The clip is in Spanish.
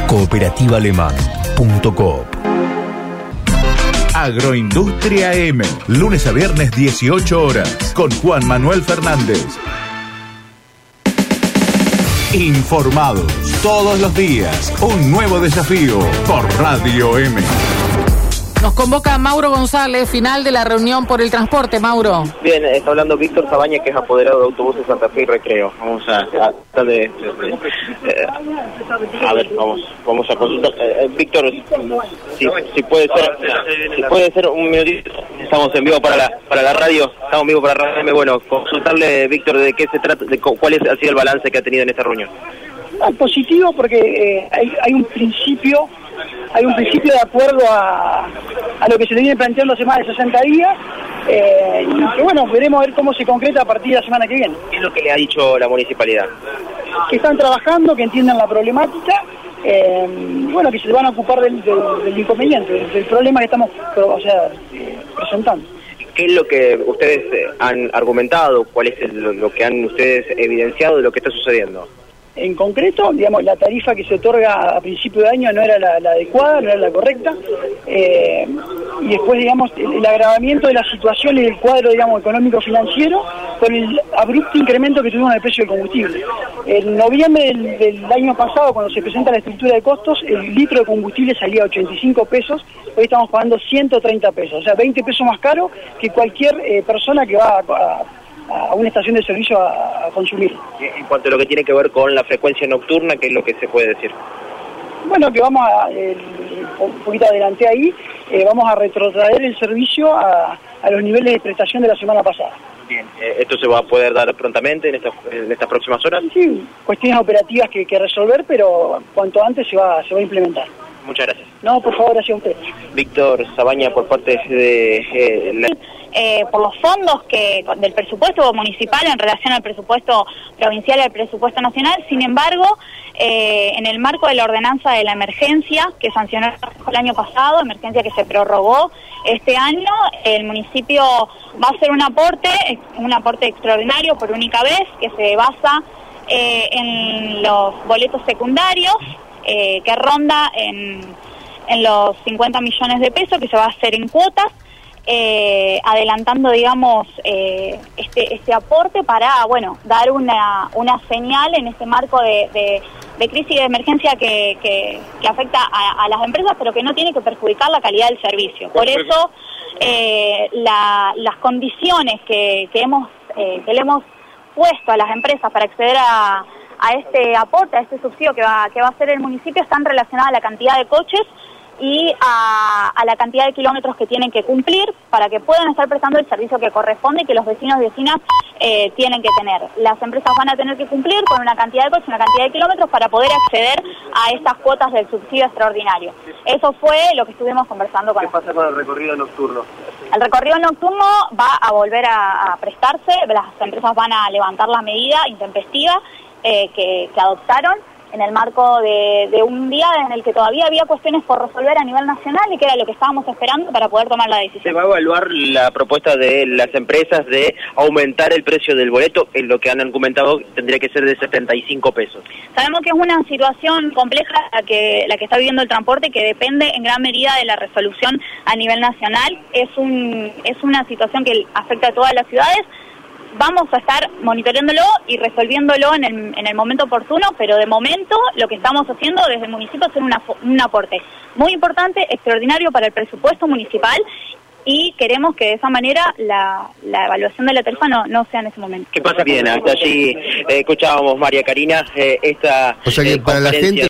CooperativaAlemán.coop. Agroindustria M, lunes a viernes 18 horas, con Juan Manuel Fernández. Informados todos los días, un nuevo desafío por Radio M. Nos convoca Mauro González, final de la reunión por el transporte. Mauro. Bien, está hablando Víctor Sabaña, que es apoderado de Autobuses Santa Fe y Recreo. Vamos a tratar de vamos a consultar. Víctor, si puede ser un minutito. Estamos en vivo para la radio. Estamos en vivo para la radio. Bueno, consultarle, Víctor, de qué se trata, de cuál ha sido el balance que ha tenido en esta reunión. Positivo, porque hay un principio de acuerdo a lo que se le viene planteando hace más de 60 días, y que bueno, veremos a ver cómo se concreta a partir de la semana que viene. ¿Qué es lo que le ha dicho la municipalidad? Que están trabajando, que entiendan la problemática, bueno, que se van a ocupar del inconveniente, del problema que estamos presentando. ¿Qué es lo que ustedes han argumentado? ¿Cuál es lo que han ustedes evidenciado de lo que está sucediendo? En concreto, digamos, la tarifa que se otorga a principio de año no era la adecuada, no era la correcta, y después, digamos, el agravamiento de la situación y del cuadro, digamos, económico-financiero con el abrupto incremento que tuvimos en el precio del combustible. En noviembre del año pasado, cuando se presenta la estructura de costos, el litro de combustible salía a 85 pesos, hoy estamos pagando 130 pesos, o sea, 20 pesos más caro que cualquier persona que va a una estación de servicio a consumir. En cuanto a lo que tiene que ver con la frecuencia nocturna, ¿qué es lo que se puede decir? Bueno, que vamos un poquito adelante ahí, vamos a retrotraer el servicio a los niveles de prestación de la semana pasada. Bien, ¿esto se va a poder dar prontamente en estas próximas horas? Sí, cuestiones operativas que resolver, pero cuanto antes se va a implementar. Muchas gracias. No, por favor, gracias a usted. Víctor Sabaña, por parte de por los fondos del presupuesto municipal en relación al presupuesto provincial y al presupuesto nacional. Sin embargo, en el marco de la ordenanza de la emergencia que sancionó el año pasado, emergencia que se prorrogó este año, el municipio va a hacer un aporte extraordinario por única vez, que se basa en los boletos secundarios, que ronda en los 50 millones de pesos, que se va a hacer en cuotas, adelantando, digamos, este aporte para, bueno, dar una señal en este marco de crisis y de emergencia que afecta a las empresas, pero que no tiene que perjudicar la calidad del servicio. Por eso, las condiciones que le hemos puesto a las empresas para acceder a este aporte, a este subsidio que va a hacer el municipio, están relacionadas a la cantidad de coches y a la cantidad de kilómetros que tienen que cumplir para que puedan estar prestando el servicio que corresponde y que los vecinos y vecinas tienen que tener. Las empresas van a tener que cumplir con una cantidad de coches, una cantidad de kilómetros para poder acceder a estas cuotas del subsidio extraordinario. Eso fue lo que estuvimos conversando con. ¿Qué pasa con el recorrido nocturno? El recorrido nocturno va a volver a prestarse, las empresas van a levantar la medida intempestiva que adoptaron en el marco de un día en el que todavía había cuestiones por resolver a nivel nacional y que era lo que estábamos esperando para poder tomar la decisión. ¿Se va a evaluar la propuesta de las empresas de aumentar el precio del boleto? En lo que han argumentado tendría que ser de 75 pesos. Sabemos que es una situación compleja la que está viviendo el transporte, que depende en gran medida de la resolución a nivel nacional. Es una situación que afecta a todas las ciudades. Vamos a estar monitoreándolo y resolviéndolo en el momento oportuno, pero de momento lo que estamos haciendo desde el municipio es un aporte muy importante, extraordinario para el presupuesto municipal, y queremos que de esa manera la evaluación de la tarifa no sea en ese momento. ¿Qué pasa? Bien, hasta allí escuchábamos, María Karina, esta o sea que para la gente